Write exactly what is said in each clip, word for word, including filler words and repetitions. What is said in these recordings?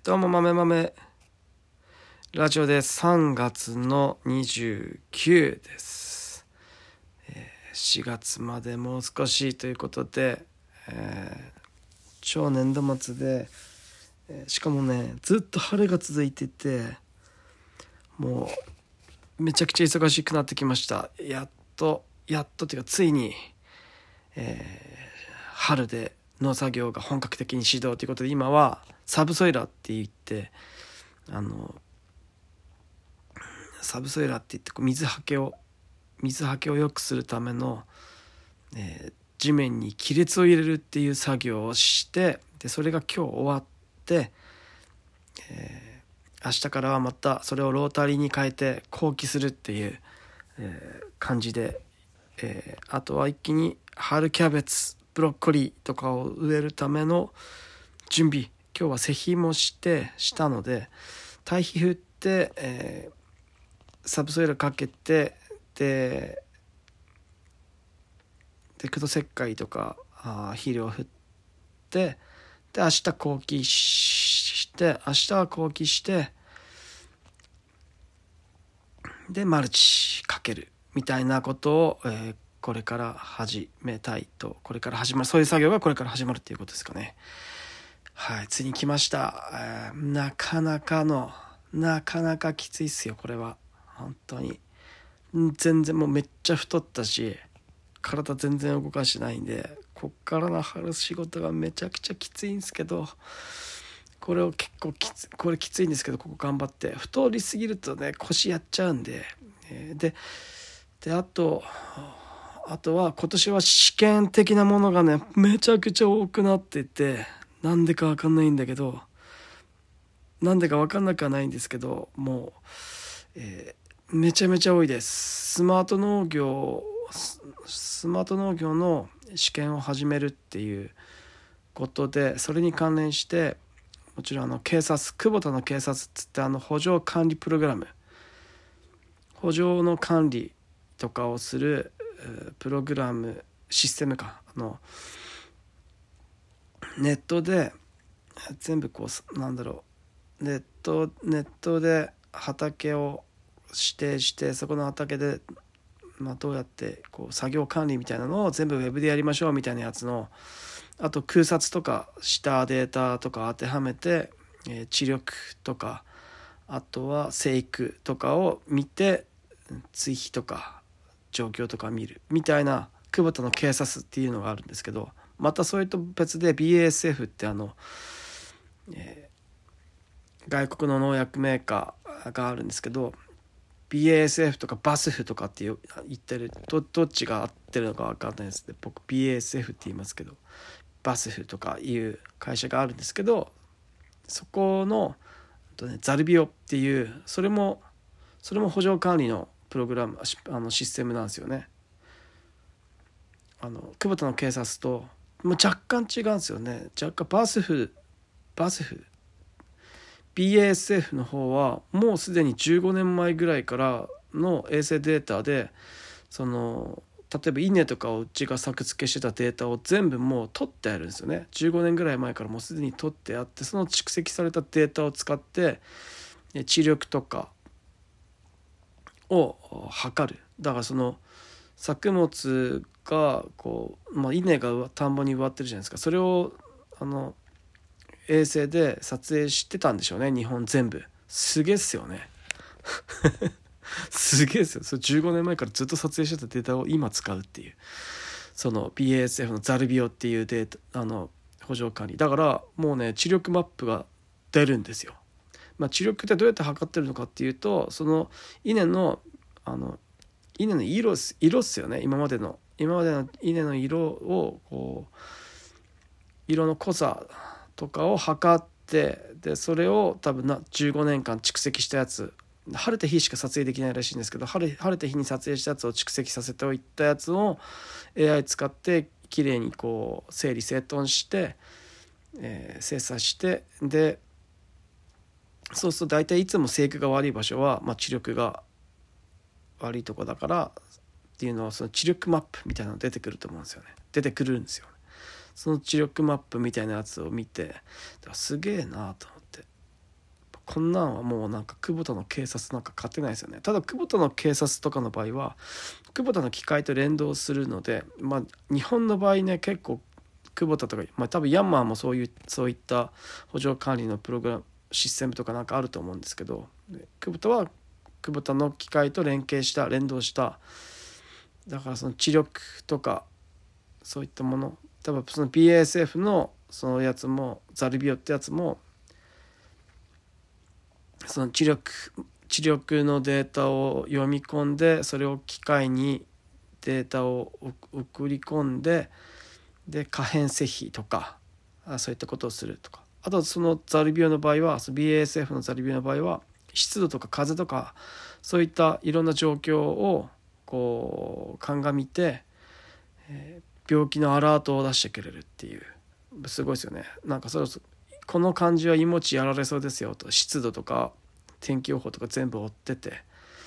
どうも豆豆ラジオです。さんがつのにじゅうくです、えー、しがつまでもう少しということで、えー、超年度末で、えー、しかもねずっと晴れが続いてて、もうめちゃくちゃ忙しくなってきました。やっとやっとというかついに、えー、春で農作業が本格的に始動ということで、今はサブソイラーって言って、あのサブソイラーって言ってこう水はけを水はけを良くするための、えー、地面に亀裂を入れるっていう作業をして、でそれが今日終わって、えー、明日からはまたそれをロータリーに変えて後期するっていう、えー、感じで、えー、あとは一気に春キャベツブロッコリーとかを植えるための準備、今日は施肥もしてしたので、堆肥振って、えーサブソイルかけて、でで苦土石灰とかあ肥料を振って、で明日後期して明日は後期してでマルチかけるみたいなことを、えー、これから始めたいとこれから始まるそういう作業がこれから始まるっていうことですかね。はい、ついに来ました。えー、なかなかのなかなかきついっすよこれは。本当に全然もうめっちゃ太ったし、体全然動かしてないんで、こっからの春仕事がめちゃくちゃきついんですけど、これを結構きつこれきついんですけど、ここ頑張って、太りすぎるとね腰やっちゃうんで、えー、でであとあとは今年は試験的なものがねめちゃくちゃ多くなってて、なんでか分かんないんだけどなんでか分かんなくはないんですけど、もう、えーめちゃめちゃ多いです。スマート農業スマート農業の試験を始めるっていうことで、それに関連してもちろんあの警察久保田の警察っつってあの補助管理プログラム補助の管理とかをするプログラムシステムか、あのネットで全部こうなんだろうネットネットで畑を指定して、そこの畑で、まあ、どうやってこう作業管理みたいなのを全部ウェブでやりましょうみたいなやつの、あと空撮とかしたデータとか当てはめて、えー、知力とかあとは生育とかを見て追肥とか状況とか見るみたいな久保田の警察っていうのがあるんですけど、またそれと別で ビーエーエスエフ ってあの、えー、外国の農薬メーカーがあるんですけど、ビーエーエスエフ とかバスフとかって言ってる ど, どっちが合ってるのか分かんないですね。僕 ビーエーエスエフ って言いますけど、バスフとかいう会社があるんですけど、そこのと、ね、ザルビオっていうそれもそれも補助管理のプログラムあのシステムなんですよね。あの久保田の警察ともう若干違うんですよね。若干バスフバスフビーエーエスエフ の方はもうすでにじゅうごねんまえぐらいからの衛星データで、その例えば稲とかをうちが作付けしてたデータを全部もう取ってあるんですよね。じゅうごねんぐらい前からもうすでに取ってあって、その蓄積されたデータを使って地力とかを測る。だからその作物がこう、まあ、稲が田んぼに植わってるじゃないですか。それをあの衛星で撮影してたんでしょうね、日本全部。すげえっすよねすげえっすよ。それじゅうごねんまえからずっと撮影してたデータを今使うっていう、その ビーエーエスエフ のザルビオっていうデータあの補助管理だから、もうね地力マップが出るんですよ。まあ、地力ってどうやって測ってるのかっていうと、その稲のあの稲の色っす色っすよね。今までの今までの稲の色をこう色の濃さとかを測って、でそれを多分なじゅうごねんかん蓄積したやつ、晴れた日しか撮影できないらしいんですけど、晴れ晴れた日に撮影したやつを蓄積させておいたやつを エーアイ 使ってきれいにこう整理整頓して、えー、精査して、でそうすると大体いつも生育が悪い場所は、まあ、地力が悪いとこだからっていうのは、その地力マップみたいなの出てくると思うんですよね。出てくるんですよ。その地力マップみたいなやつを見て、すげえなと思って、 こんなんはもうなんか久保田の警察なんか勝てないですよね。ただ久保田の警察とかの場合は久保田の機械と連動するので、まあ日本の場合ね結構久保田とか、まあ多分ヤンマーもそういうそういった補助管理のプログラムシステムとかなんかあると思うんですけど、久保田は久保田の機械と連携した連動しただからその知力とかそういったもの、多分その ビーエスエフ のそのやつもザルビオってやつもその知力知力のデータを読み込んでそれを機械にデータを送り込んでで可変性比とかそういったことをするとか、あとそのザルビオの場合は ビーエスエフ のザルビオの場合は湿度とか風とかそういったいろんな状況をこう鑑みて、えー、病気のアラートを出してくれるっていう、すごいですよね。なんかそろそろこの感じは命やられそうですよと、湿度とか天気予報とか全部追ってて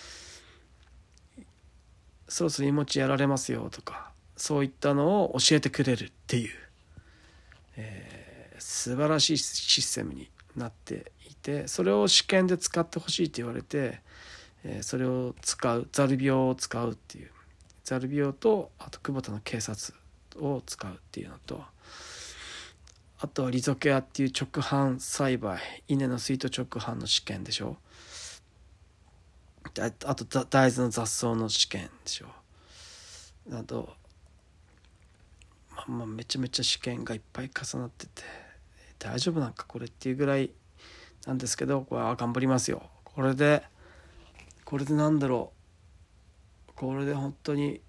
そろそろ命やられますよとかそういったのを教えてくれるっていう、えー、素晴らしいシステムになっていて、それを試験で使ってほしいって言われて、えー、それを使うザルビオを使うっていう、ザルビオとあと久保田の警察を使うっていうのと、あとはリゾケアっていう直販栽培稲の水土直販の試験でしょ、あと大豆の雑草の試験でしょ、あと、まあ、まあめちゃめちゃ試験がいっぱい重なってて大丈夫なんかこれっていうぐらいなんですけど、これは頑張りますよ。これでこれでなんだろうこれで本当に、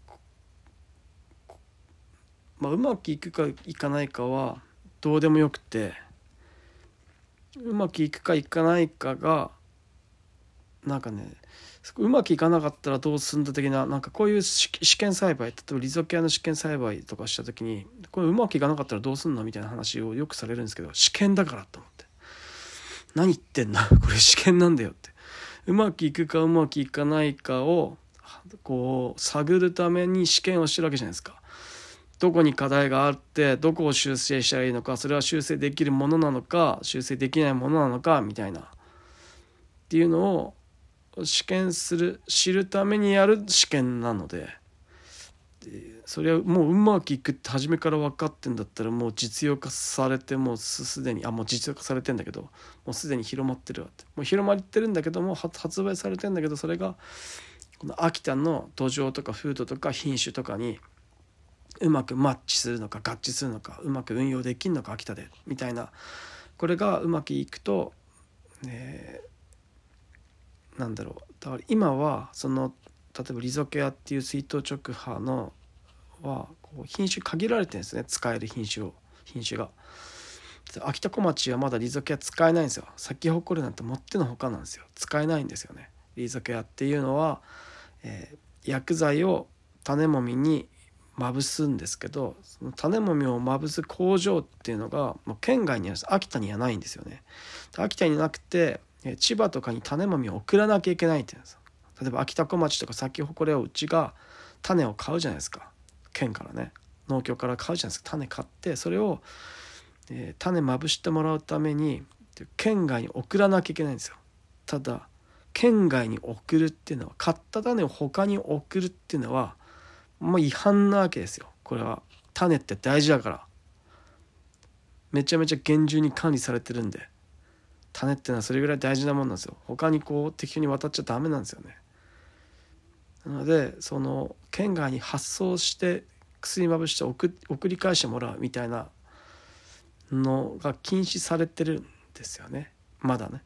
まあ、うまくいくかいかないかはどうでもよくて、うまくいくかいかないかがなんかね、うまくいかなかったらどうすんだ的な、なんかこういう試験栽培、例えばリゾケアの試験栽培とかした時にこれうまくいかなかったらどうすんのみたいな話をよくされるんですけど、試験だからと思って、何言ってんだこれ試験なんだよって、うまくいくかうまくいかないかをこう探るために試験をしてるわけじゃないですか。どこに課題があってどこを修正したらいいのか、それは修正できるものなのか修正できないものなのかみたいなっていうのを試験する知るためにやる試験なので、でそれはもううまくいくって初めから分かってんだったらもう実用化されてもうすでにあもう実用化されてんだけどもうすでに広まってるわって、もう広まってるんだけども発売されてんだけど、それがこの秋田の土壌とか風土とか品種とかにうまくマッチするのか合致するのかうまく運用できるのか秋田でみたいな、これがうまくいくと、えー、なんだろうだから今はその例えばリゾケアっていう水筒直波のはこう品種限られてるんですね、使える品種を品種が。秋田小町はまだリゾケア使えないんですよ。咲き誇るなんてもってのほかなんですよ。使えないんですよね。リゾケアっていうのは、えー、薬剤を種もみにまぶすんですけど、その種もみをまぶす工場っていうのがもう県外にあるんです。秋田にはないんですよね。秋田になくて千葉とかに種もみを送らなきゃいけないっていうんです。例えば秋田小町とか咲き誇れをうちが種を買うじゃないですか。県からね農協から買うじゃないですか。種買ってそれを、えー、種まぶしてもらうために県外に送らなきゃいけないんですよ。ただ県外に送るっていうのは買った種を他に送るっていうのはまあ違反なわけですよ。これは種って大事だからめちゃめちゃ厳重に管理されてるんで、種ってのはそれぐらい大事なもんなんですよ。他にこう適当に渡っちゃダメなんですよね。なのでその県外に発送して薬まぶして 送, 送り返してもらうみたいなのが禁止されてるんですよね、まだね。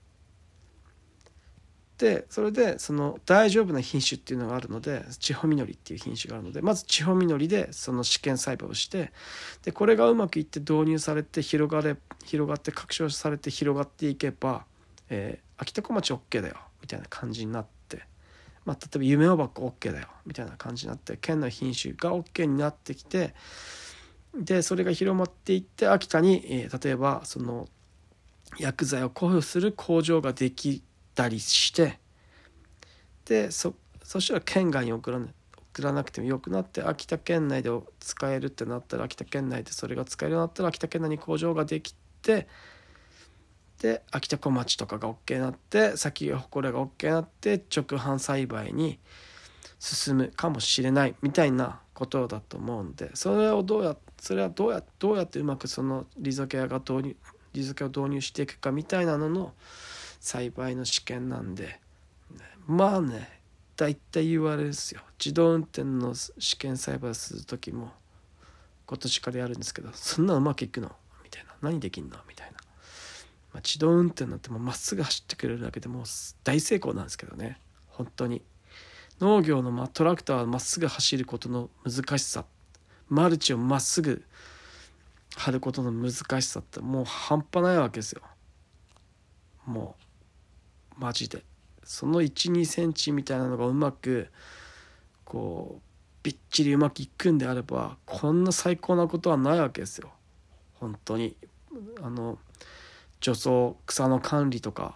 でそれでその大丈夫な品種っていうのがあるので、地方実りっていう品種があるので、まず地方実りでその試験栽培をして、でこれがうまくいって導入されて広がれ広がって拡張されて広がっていけば、えー、秋田小町 OK だよみたいな感じになって、まあ、例えば夢おばっこ OK だよみたいな感じになって県の品種が OK になってきて、でそれが広まっていって秋田に、えー、例えばその薬剤を交付する工場ができたりして、で そ, そしたら県外に送らない送らなくてもよくなって、秋田県内で使えるってなったら秋田県内でそれが使えるようになったら秋田県内に工場ができて、 で秋田小町とかが OK になって先が誇れが OK になって直販栽培に進むかもしれないみたいなことだと思うんで、それをどうやそれはどうやどうやってうまくそのリゾケアが導入リゾケアを導入していくかみたいなのの栽培の試験なんで、まあね大体言われるんですよ。自動運転の試験栽培する時も今年からやるんですけど、そんなうまくいくのみたいな、何できんのみたいな、まあ、自動運転なんてもうまっすぐ走ってくれるだけでもう大成功なんですけどね。本当に農業の、まあ、トラクターはまっすぐ走ることの難しさ、マルチをまっすぐ張ることの難しさってもう半端ないわけですよ。もうマジでその いちにセンチみたいなのがうまくこうびっちりうまくいくんであれば、こんな最高なことはないわけですよ。本当にあの除草草の管理とか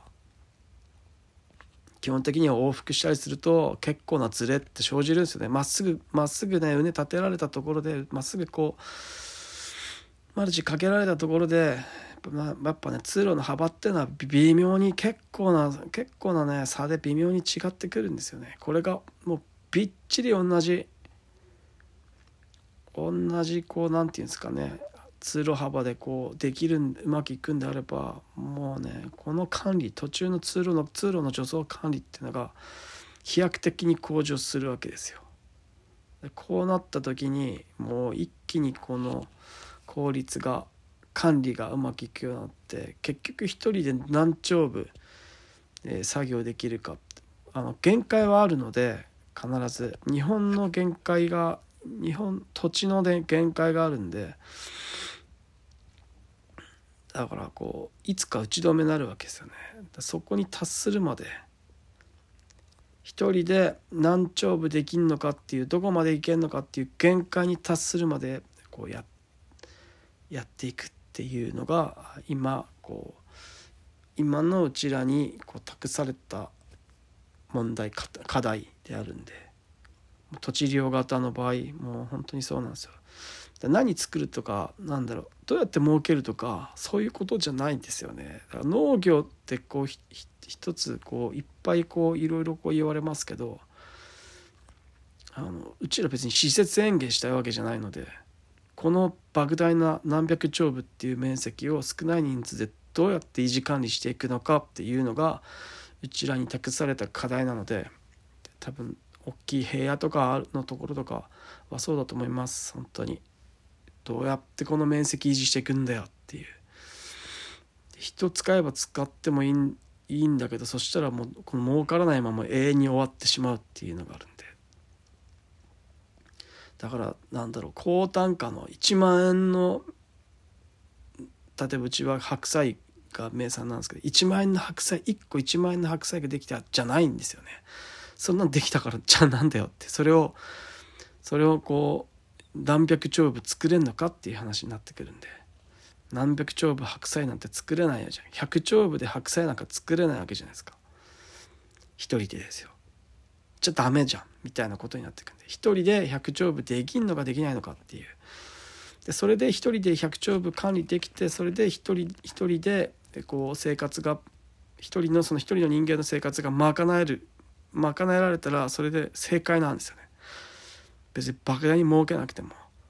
基本的には往復したりすると結構なズレって生じるんですよね。まっすぐまっすぐね畝立てられたところでまっすぐこうマルチかけられたところでやっぱね通路の幅っていうのは微妙に結構な結構なね差で微妙に違ってくるんですよね。これがもうびっちり同じ同じこうなんていうんですかね通路幅でこうできるうまくいくんであれば、もうねこの管理途中の通路の通路の除草管理っていうのが飛躍的に向上するわけですよ。でこうなった時にもう一気にこの効率が管理がうまくいくようになって、結局一人で何丁部、えー、作業できるか、あの限界はあるので必ず日本の限界が日本土地ので限界があるんで、だからこういつか打ち止めになるわけですよね。そこに達するまで一人で何丁部できんのかっていう、どこまでいけんのかっていう限界に達するまでこう や, やっていくっていうのが今こう今のうちらにこう託された問題課題であるんで、土地利用型の場合もう本当にそうなんですよ。何作るとかなんだろうどうやって儲けるとかそういうことじゃないんですよね。だから農業ってこう一つこういっぱいこういろいろこう言われますけど、あのうちら別に施設園芸したいわけじゃないので、この莫大な何百丁部っていう面積を少ない人数でどうやって維持管理していくのかっていうのがうちらに託された課題なので、多分大きい平野とかのところとかはそうだと思います。本当にどうやってこの面積維持していくんだよっていう、人使えば使ってもいいん、いいんだけど、そしたらもうこの儲からないまま永遠に終わってしまうっていうのがあるんで、だからなんだろう高単価のいちまんえんの、例えばうちは白菜が名産なんですけど、いちまんえんの白菜いっこいちまんえんの白菜ができたじゃないんですよね。そんなんできたからじゃあなんだよって、それをそれをこう何百丁部作れんのかっていう話になってくるんで、何百丁部白菜なんて作れないじゃん。ひゃく丁部で白菜なんか作れないわけじゃないですか、一人でですよ。じゃあダメじゃんみたいなことになってくるんで、一人でひゃく丁部できんのかできないのかっていう、でそれで一人でひゃく丁部管理できて、それで一人一人でこう生活が一人のその一人の人間の生活が賄える賄えられたらそれで正解なんですよね。別に莫大に儲けなくても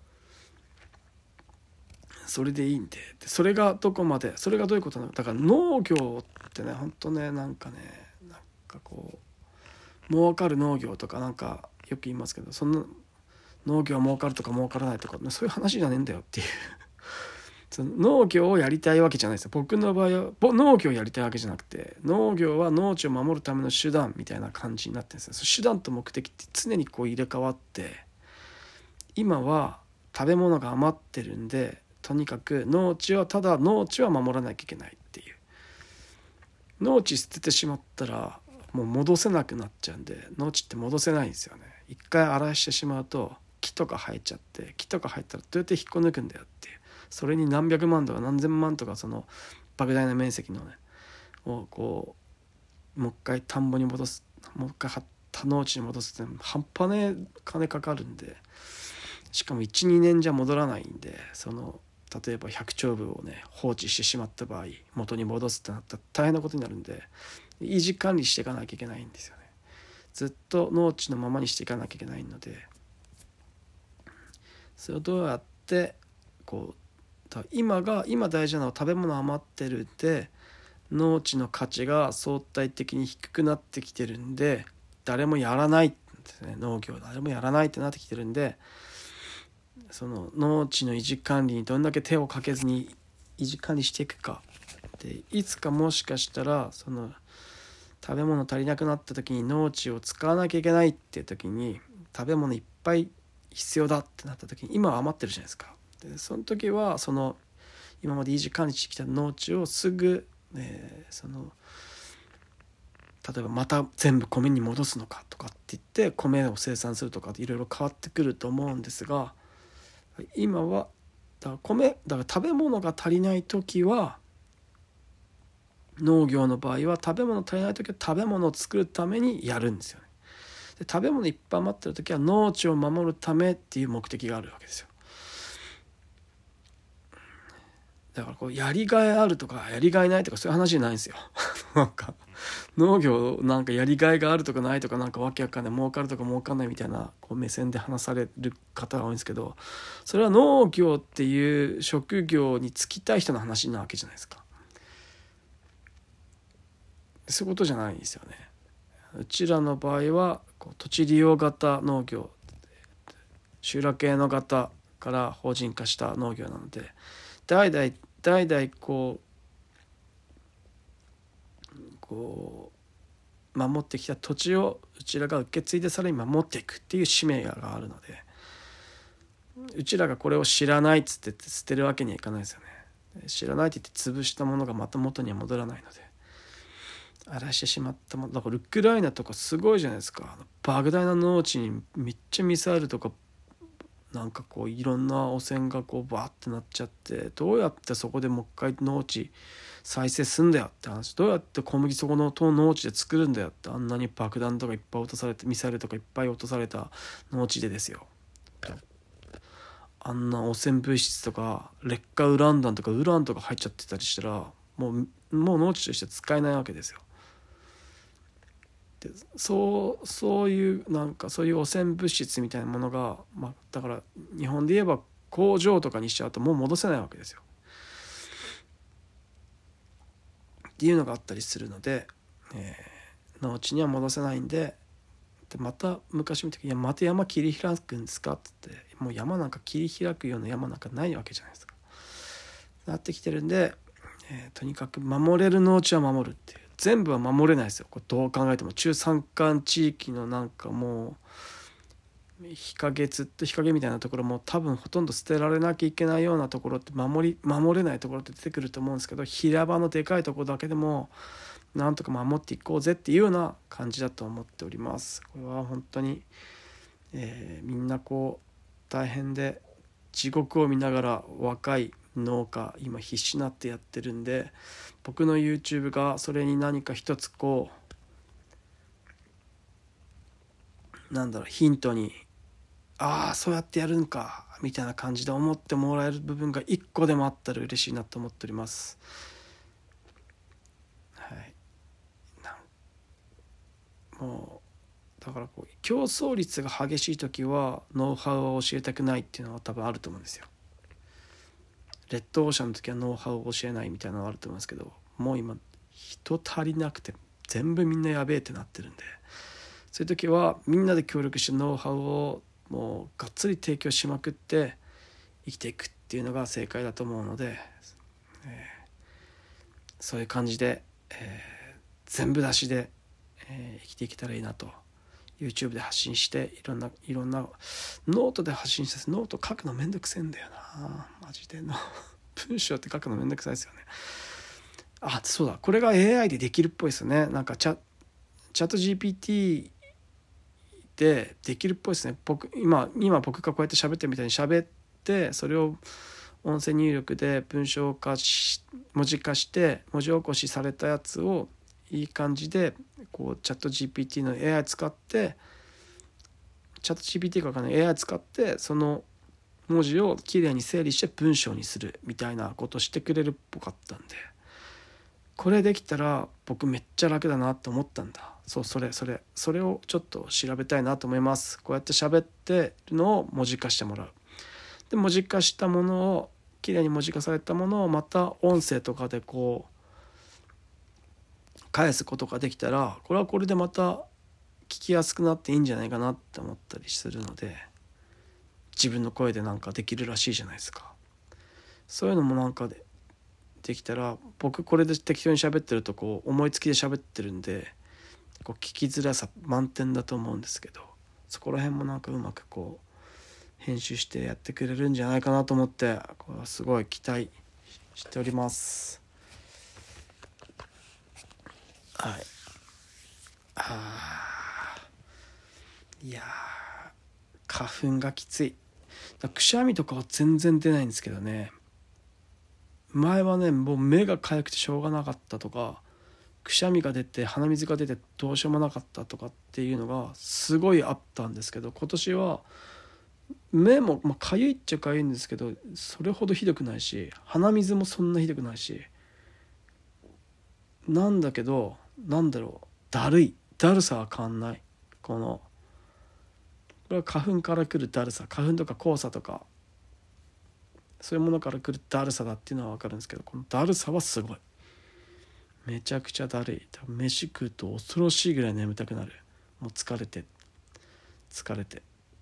それでいいんで、でそれがどこまでそれがどういうことなのだから農業ってね本当ねなんかねなんかこう儲かる農業とかなんかよく言いますけど、そんな農業儲かるとか儲からないとかそういう話じゃねえんだよっていうその農業をやりたいわけじゃないですよ。僕の場合は農業をやりたいわけじゃなくて、農業は農地を守るための手段みたいな感じになってるんですよ。手段と目的って常にこう入れ替わって、今は食べ物が余ってるんでとにかく農地はただ農地は守らなきゃいけないっていう、農地捨ててしまったらもう戻せなくなっちゃうんで、農地って戻せないんですよね。一回荒らしてしまうと木とか生えちゃって、木とか生えたらどうやって引っこ抜くんだよっていう、それに何百万とか何千万とかその莫大な面積のねをこうもう一回田んぼに戻す、もう一回田農地に戻すって半端ねえ金かかるんで、しかも いちにねんじゃ戻らないんで、その例えばひゃくちょうぶをね放置してしまった場合元に戻すってなったら大変なことになるんで、維持管理していかなきゃいけないんですよね。ずっと農地のままにしていかなきゃいけないので、それをどうやってこう今が今大事なのは食べ物余ってるんで農地の価値が相対的に低くなってきてるんで誰もやらないですね。農業誰もやらないってなってきてるんで、その農地の維持管理にどんだけ手をかけずに維持管理していくかで、いつかもしかしたらその食べ物足りなくなった時に農地を使わなきゃいけないっていう時に食べ物いっぱい必要だってなった時に今は余ってるじゃないですか。でその時はその今まで維持管理してきた農地をすぐ、えー、その例えばまた全部米に戻すのかとかって言って米を生産するとかいろいろ変わってくると思うんですが、今はだから米だから食べ物が足りない時は農業の場合は食べ物足りない時は食べ物を作るためにやるんですよね。で食べ物いっぱい余ってる時は農地を守るためっていう目的があるわけですよ。だからこうやりがいあるとかやりがいないとかそういう話じゃないんですよなんか農業なんかやりがいがあるとかないとかなんかわけわかんない儲かるとか儲かんないみたいなこう目線で話される方が多いんですけど、それは農業っていう職業に就きたい人の話なわけじゃないですか。そういうことじゃないんですよね。うちらの場合はこう土地利用型農業、集落営農型から法人化した農業なので、代々代々こうこう守ってきた土地をうちらが受け継いでさらに守っていくっていう使命があるので、うちらがこれを知らないっつって捨てるわけにはいかないですよね。知らないって言って潰したものがまた元には戻らないので、荒らしてしまったものだからウクライナとかすごいじゃないですか。莫大な農地にめっちゃミサイルとかなんかこういろんな汚染がこうバーってなっちゃって、どうやってそこでもう一回農地再生すんだよって話、どうやって小麦そこの農地で作るんだよって、あんなに爆弾とかいっぱい落とされてミサイルとかいっぱい落とされた農地でですよ。あんな汚染物質とか劣化ウラン弾とかウランとか入っちゃってたりしたらもうもう農地として使えないわけですよ。でそうそういうなんかそういう汚染物質みたいなものが、まあ、だから日本で言えば工場とかにしちゃうともう戻せないわけですよっていうのがあったりするので、えー、農地には戻せないんで、でまた昔見た時に「いやまた山切り開くんですか?」って言って、もう山なんか切り開くような山なんかないわけじゃないですか。なってきてるんで、えー、とにかく守れる農地は守るっていう、全部は守れないですよ。これどう考えても中山間地域のなんかもう日陰ずっと日陰みたいなところも多分ほとんど捨てられなきゃいけないようなところって守り守れないところって出てくると思うんですけど、平場のでかいところだけでもなんとか守っていこうぜっていうような感じだと思っております。これは本当に、えー、みんなこう大変で地獄を見ながら若い農家今必死になってやってるんで、僕の YouTube がそれに何か一つこうなんだろうヒントに、ああそうやってやるんかみたいな感じで思ってもらえる部分が一個でもあったら嬉しいなと思っております。はい、なんもうだからこう競争率が激しい時はノウハウを教えたくないっていうのは多分あると思うんですよ。レッドオーシャンの時はノウハウを教えないみたいなのがあると思いますけど、もう今人足りなくて全部みんなやべえってなってるんで、そういう時はみんなで協力してノウハウをもうがっつり提供しまくって生きていくっていうのが正解だと思うので、えー、そういう感じで、えー、全部出しで、えー、生きていけたらいいなと。 YouTube で発信していろんないろんなノートで発信して、ノート書くのめんどくせえんだよなマジでの文章って書くのめんどくさいですよね。あ、そうだ、これが エーアイ でできるっぽいですよね。なんかチャチャット ジーピーティー でできるっぽいですね。僕今今僕がこうやって喋ってるみたいに喋って、それを音声入力で文章化し文字化して文字起こしされたやつをいい感じでこうチャット ジーピーティー の エーアイ 使ってチャット ジーピーティー かわかんない エーアイ 使ってその文字をきれいに整理して文章にするみたいなことしてくれるっぽかったんで、これできたら僕めっちゃ楽だなって思ったんだ。そうそれそれそれをちょっと調べたいなと思います。こうやって喋ってるのを文字化してもらう。で文字化したものをきれいに文字化されたものをまた音声とかでこう返すことができたら、これはこれでまた聞きやすくなっていいんじゃないかなって思ったりするので、自分の声でなんかできるらしいじゃないですか。そういうのもなんかでできたら、僕これで適当に喋ってるとこう思いつきで喋ってるんで、こう聞きづらさ満点だと思うんですけど、そこら辺もなんかうまくこう編集してやってくれるんじゃないかなと思って、これはすごい期待しております。はい。あーいや花粉がきつい。くしゃみとかは全然出ないんですけどね、前はねもう目が痒くてしょうがなかったとか、くしゃみが出て鼻水が出てどうしようもなかったとかっていうのがすごいあったんですけど、今年は目もまあ痒いっちゃ痒いんですけど、それほどひどくないし、鼻水もそんなひどくないし、なんだけどなんだろう、だるいだるさは変わんない。このこれは花粉から来るだるさ、花粉とか黄砂とかそういうものから来るだるさだっていうのは分かるんですけど、このだるさはすごい、めちゃくちゃだるい。多分飯食うと恐ろしいぐらい眠たくなる。もう疲れて疲れて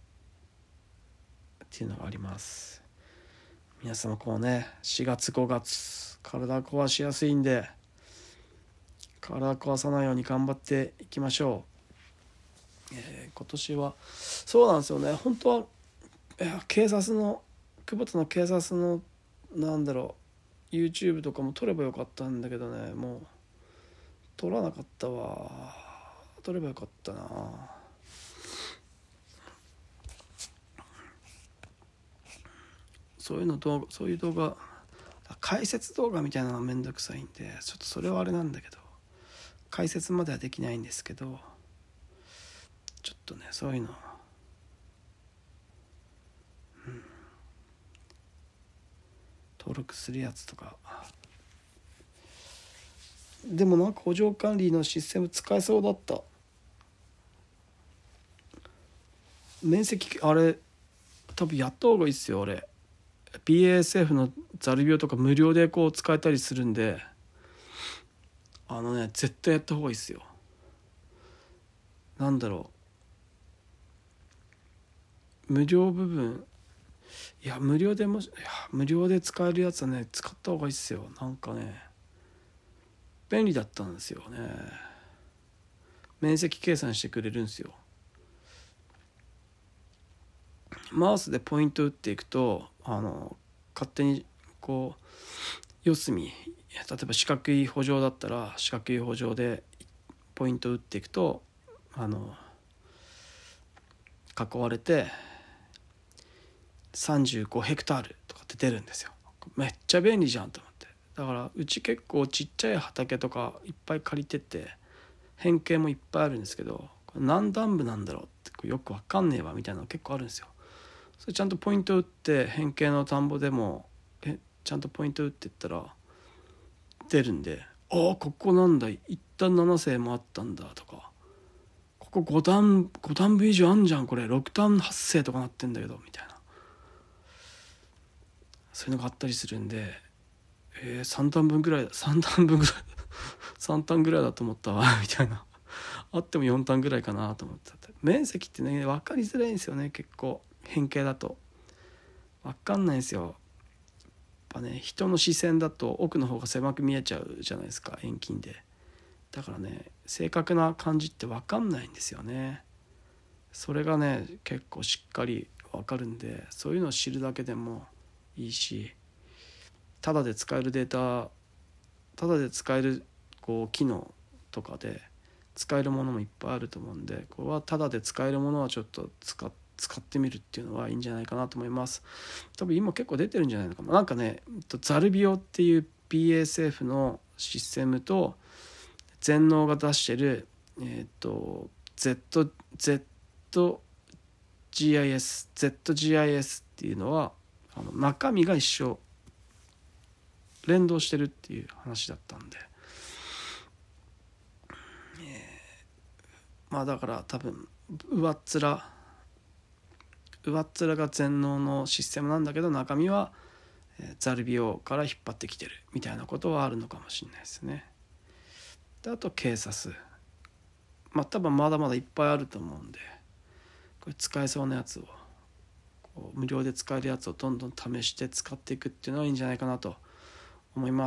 っていうのがあります。皆さんもこうね、しがつごがつ体壊しやすいんで、体壊さないように頑張っていきましょう。えー、今年はそうなんですよね。本当は、いや警察の久保田の警察のなんだろう YouTube とかも撮ればよかったんだけどね、もう撮らなかったわ。撮ればよかったな。そういうの動画そういう動画解説動画みたいなのがめんどくさいんで、ちょっとそれはあれなんだけど、解説まではできないんですけど、ちょっとねそういうの、うん、登録するやつとか。でもなんか補助管理のシステム使えそうだった。面積あれ多分やった方がいいっすよ。俺 ビーエーエスエフ のザル病とか無料でこう使えたりするんで、あのね絶対やった方がいいっすよ。なんだろう、無料部分、いや無料でもいや無料で使えるやつはね使った方がいいっすよ。なんかね便利だったんですよね。面積計算してくれるんですよ。マウスでポイント打っていくと、あの勝手にこう四隅、例えば四角い補助だったら四角い補助でポイント打っていくと、あの囲われてさんじゅうごヘクタールとかって出るんですよ。めっちゃ便利じゃんと思って。だからうち結構ちっちゃい畑とかいっぱい借りてて変形もいっぱいあるんですけど、これ何段部なんだろうってよく分かんねえわみたいなの結構あるんですよ。それちゃんとポイント打って変形の田んぼでもえちゃんとポイント打っていったら出るんで、ああここなんだ一旦なな世もあったんだとか、ここご段ご段部以上あんじゃんこれろく段はち世とかなってんだけどみたいな、そういうのがあったりするんで、えー、さん段分ぐらいさん段分ぐらいさん段ぐらいだと思ったわみたいなあってもよん段ぐらいかなと思ってた。面積ってね分かりづらいんですよね。結構変形だと分かんないんですよ。やっぱね人の視線だと奥の方が狭く見えちゃうじゃないですか、遠近で。だからね正確な感じって分かんないんですよね。それがね結構しっかり分かるんで、そういうのを知るだけでもいいし、ただで使えるデータただで使えるこう機能とかで使えるものもいっぱいあると思うんで、これはただで使えるものはちょっと使って使ってみるっていうのはいいんじゃないかなと思います。多分今結構出てるんじゃないのかな。なんかねザルビオっていう ビーエスエフ のシステムと全農が出してるえっと Z ZGIS ZGIS っっていうのはあの中身が一緒連動してるっていう話だったんで、えー、まあだから多分上っ面上っ面が全能のシステムなんだけど中身はザル病から引っ張ってきてるみたいなことはあるのかもしれないですね。であとケーサス、まあ多分まだまだいっぱいあると思うんで、これ使えそうなやつをこう無料で使えるやつをどんどん試して使っていくっていうのはいいんじゃないかなと思います。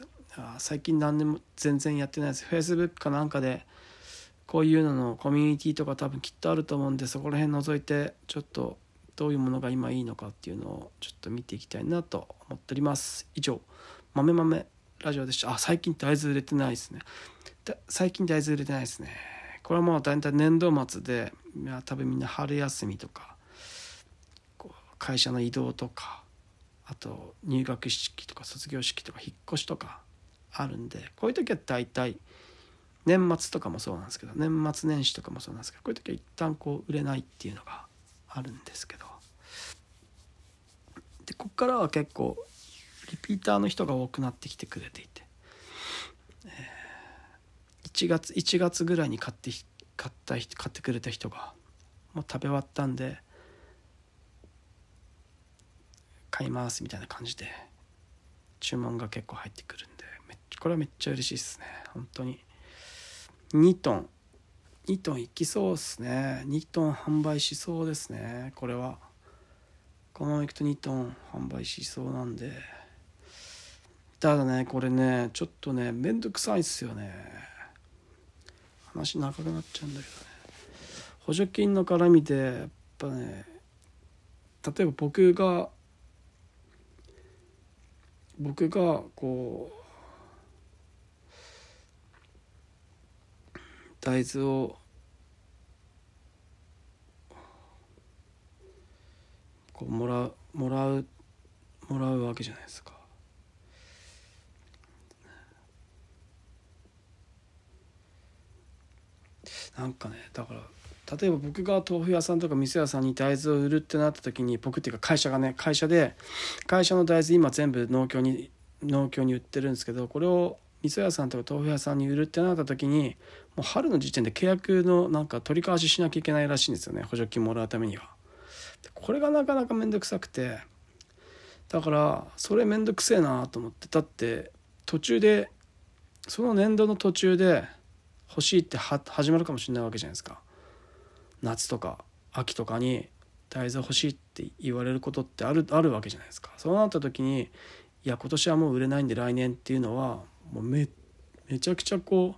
あ最近何年も全然やってないです。 Facebook かなんかでこういうののコミュニティとか多分きっとあると思うんで、そこら辺覗いてちょっとどういうものが今いいのかっていうのをちょっと見ていきたいなと思っております。以上豆豆ラジオでした。あ最近大豆売れてないですね。最近大豆売れてないですね。これはもう大体年度末で、いや多分みんな春休みとかこう会社の移動とか、あと入学式とか卒業式とか引っ越しとかあるんで、こういう時は大体年末とかもそうなんですけど、年末年始とかもそうなんですけど、こういう時は一旦こう売れないっていうのがあるんですけど、でここからは結構リピーターの人が多くなってきてくれていて、えー、いちがついちがつぐらいに買って買った人買ってくれた人がもう食べ終わったんで買いますみたいな感じで注文が結構入ってくるんで、めっこれはめっちゃ嬉しいですね。本当ににトンにトンいきそうですね。にトン販売しそうですね。これはこのままいくとにトン販売しそうなんで、ただねこれねちょっとねめんどくさいっすよね。話長くなっちゃうんだけどね、補助金の絡みでやっぱね、例えば僕が僕がこう大豆をこうもらうもらうもらうわけじゃないですか。なんかねだから例えば僕が豆腐屋さんとか店屋さんに大豆を売るってなった時に、僕っていうか会社がね会社で会社の大豆今全部農協に農協に売ってるんですけど、これを店屋さんとか豆腐屋さんに売るってなった時にもう春の時点で契約のなんか取り交わししなきゃいけないらしいんですよね、補助金もらうためには。これがなかなかめんどくさくて、だからそれめんどくせえなと思って、だって途中でその年度の途中で欲しいっては始まるかもしれないわけじゃないですか。夏とか秋とかに大豆欲しいって言われることってあるあるわけじゃないですか。そうなった時にいや今年はもう売れないんで来年っていうのはもう め, めちゃくちゃこ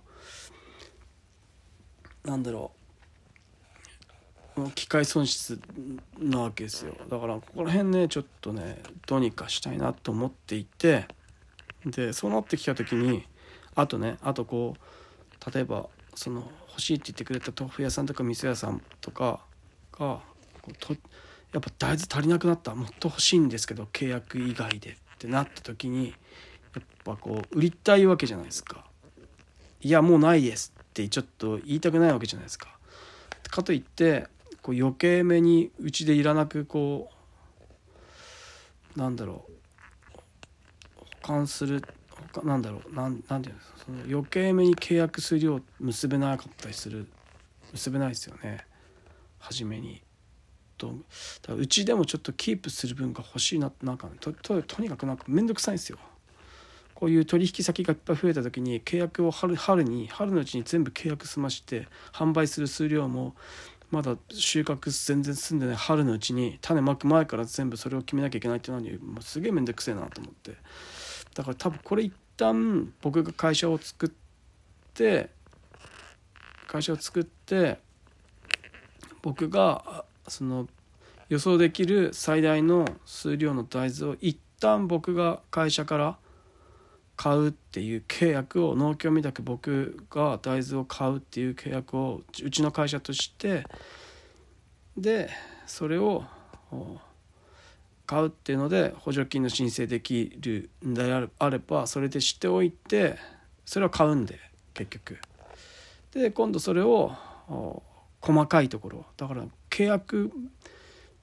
うなんだろうもう機会損失なわけですよ。だからここら辺ねちょっとねどうにかしたいなと思っていて、でそうなってきた時にあとねあとこう例えばその欲しいって言ってくれた豆腐屋さんとか店屋さんとかがとやっぱ大豆足りなくなった、もっと欲しいんですけど契約以外でってなった時にやっぱこう売りたいわけじゃないですか。いやもうないですってちょっと言いたくないわけじゃないですか。かといってこう余計めにうちでいらなくこうなんだろう保管するなんだろうなんなんていうんですか、その余計めに契約するよう結べなかったりする結べないですよね初めに。とだからうちでもちょっとキープする分が欲しいなってなんか、ね、と, と, とにかくなんかめんどくさいんですよ。こういう取引先がいっぱい増えた時に契約を 春, 春に春のうちに全部契約済まして販売する数量もまだ収穫全然済んでない春のうちに種まく前から全部それを決めなきゃいけないっていうのにもうすげえめんどくせえなと思って、だから多分これ一旦僕が会社を作って会社を作って僕がその予想できる最大の数量の大豆を一旦僕が会社から買うっていう契約を農協みたく僕が大豆を買うっていう契約をうちの会社としてでそれを買うっていうので補助金の申請できるんであればそれでしておいてそれを買うんで結局で今度それを細かいところだから契約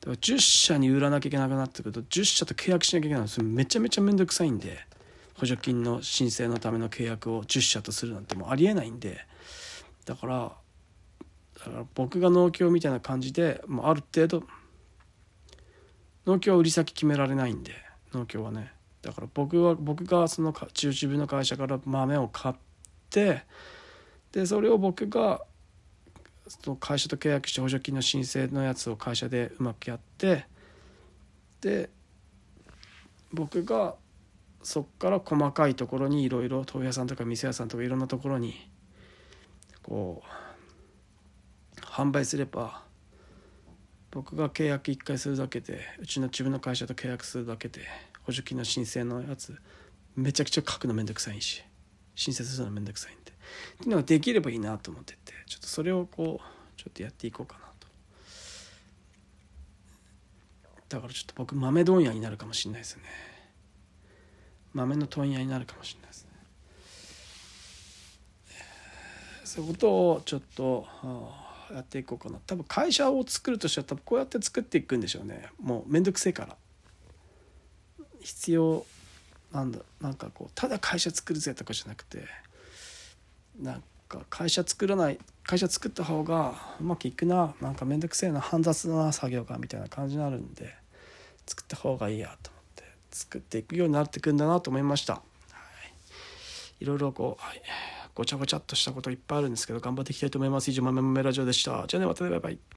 からじゅっしゃに売らなきゃいけなくなってくるとじゅっしゃと契約しなきゃいけないの、それめちゃめちゃめんどくさいんで、補助金の申請のための契約をじゅっしゃとするなんてもうありえないんで、だからだから僕が農協みたいな感じで、もうある程度農協は売り先決められないんで、農協はね、だから僕は僕がその自分の会社から豆を買って、でそれを僕がその会社と契約して補助金の申請のやつを会社でうまくやって、で僕がそこから細かいところにいろいろ豆腐屋さんとか店屋さんとかいろんなところにこう販売すれば、僕が契約いっかいするだけで、うちの自分の会社と契約するだけで補助金の申請のやつめちゃくちゃ書くのめんどくさいし、申請するのめんどくさいんでっていうのができればいいなと思ってて、ちょっとそれをこうちょっとやっていこうかなと。だからちょっと僕豆問屋になるかもしれないですね。豆の問屋になるかもしれないですね。そういうことをちょっと、はあ、やっていこうかな。多分会社を作るとしたら多分こうやって作っていくんでしょうね。もうめんどくせえから必要なんだ、なんかこうただ会社作るぜとかじゃなくて、なんか会社作らない会社作った方がうまくいくな、なんかめんどくせえな、煩雑な作業がみたいな感じになるんで、作った方がいいやと思って作っていくようになっていくんだなと思いました。はい、いろいろこう、はい、ごちゃごちゃっとしたこといっぱいあるんですけど頑張っていきたいと思います。以上豆豆ラジオでした。じゃあね、またね、バイバイ。